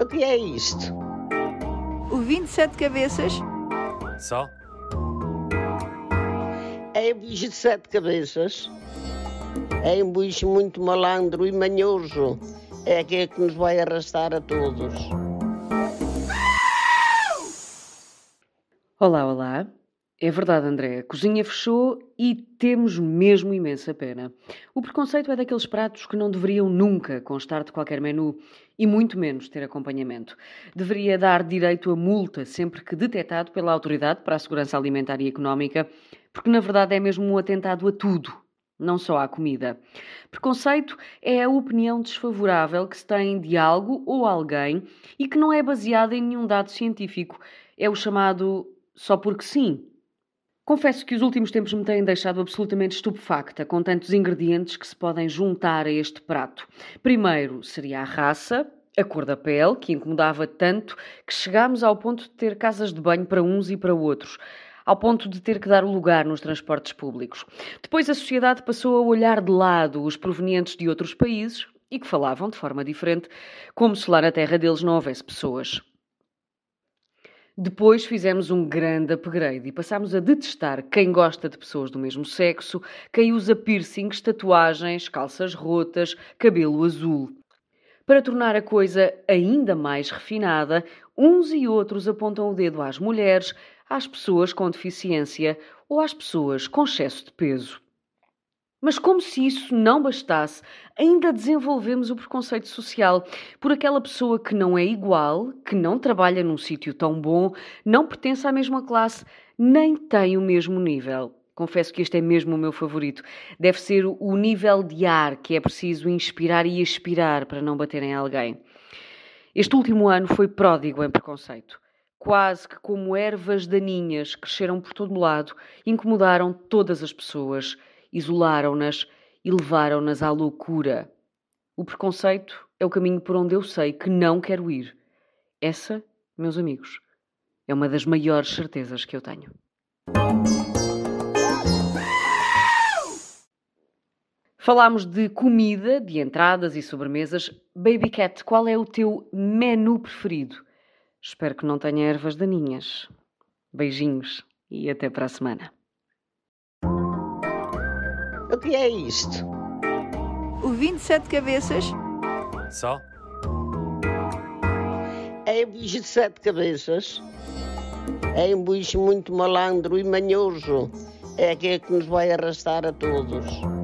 O que é isto? O 27 cabeças? Só? É um bicho de 7 cabeças. É um bicho muito malandro e manhoso. É aquele que nos vai arrastar a todos. Olá, olá. É verdade, André. A cozinha fechou e temos mesmo imensa pena. O preconceito é daqueles pratos que não deveriam nunca constar de qualquer menu e muito menos ter acompanhamento. Deveria dar direito a multa sempre que detectado pela Autoridade para a Segurança Alimentar e Económica, porque na verdade é mesmo um atentado a tudo, não só à comida. Preconceito é a opinião desfavorável que se tem de algo ou alguém e que não é baseada em nenhum dado científico. É o chamado só porque sim. Confesso que os últimos tempos me têm deixado absolutamente estupefacta com tantos ingredientes que se podem juntar a este prato. Primeiro seria a raça, a cor da pele, que incomodava tanto que chegámos ao ponto de ter casas de banho para uns e para outros, ao ponto de ter que dar lugar nos transportes públicos. Depois a sociedade passou a olhar de lado os provenientes de outros países e que falavam de forma diferente, como se lá na terra deles não houvesse pessoas. Depois fizemos um grande upgrade e passámos a detestar quem gosta de pessoas do mesmo sexo, quem usa piercings, tatuagens, calças rotas, cabelo azul. Para tornar a coisa ainda mais refinada, uns e outros apontam o dedo às mulheres, às pessoas com deficiência ou às pessoas com excesso de peso. Mas como se isso não bastasse, ainda desenvolvemos o preconceito social por aquela pessoa que não é igual, que não trabalha num sítio tão bom, não pertence à mesma classe, nem tem o mesmo nível. Confesso que este é mesmo o meu favorito. Deve ser o nível de ar que é preciso inspirar e expirar para não bater em alguém. Este último ano foi pródigo em preconceito. Quase que como ervas daninhas cresceram por todo lado, incomodaram todas as pessoas, isolaram-nas e levaram-nas à loucura. O preconceito é o caminho por onde eu sei que não quero ir. Essa, meus amigos, é uma das maiores certezas que eu tenho. Falámos de comida, de entradas e sobremesas. Baby Cat, qual é o teu menu preferido? Espero que não tenha ervas daninhas. Beijinhos e até para a semana. O que é isto? O 27 cabeças? Só? É um bicho de 7 cabeças. É um bicho muito malandro e manhoso. É aquele que nos vai arrastar a todos.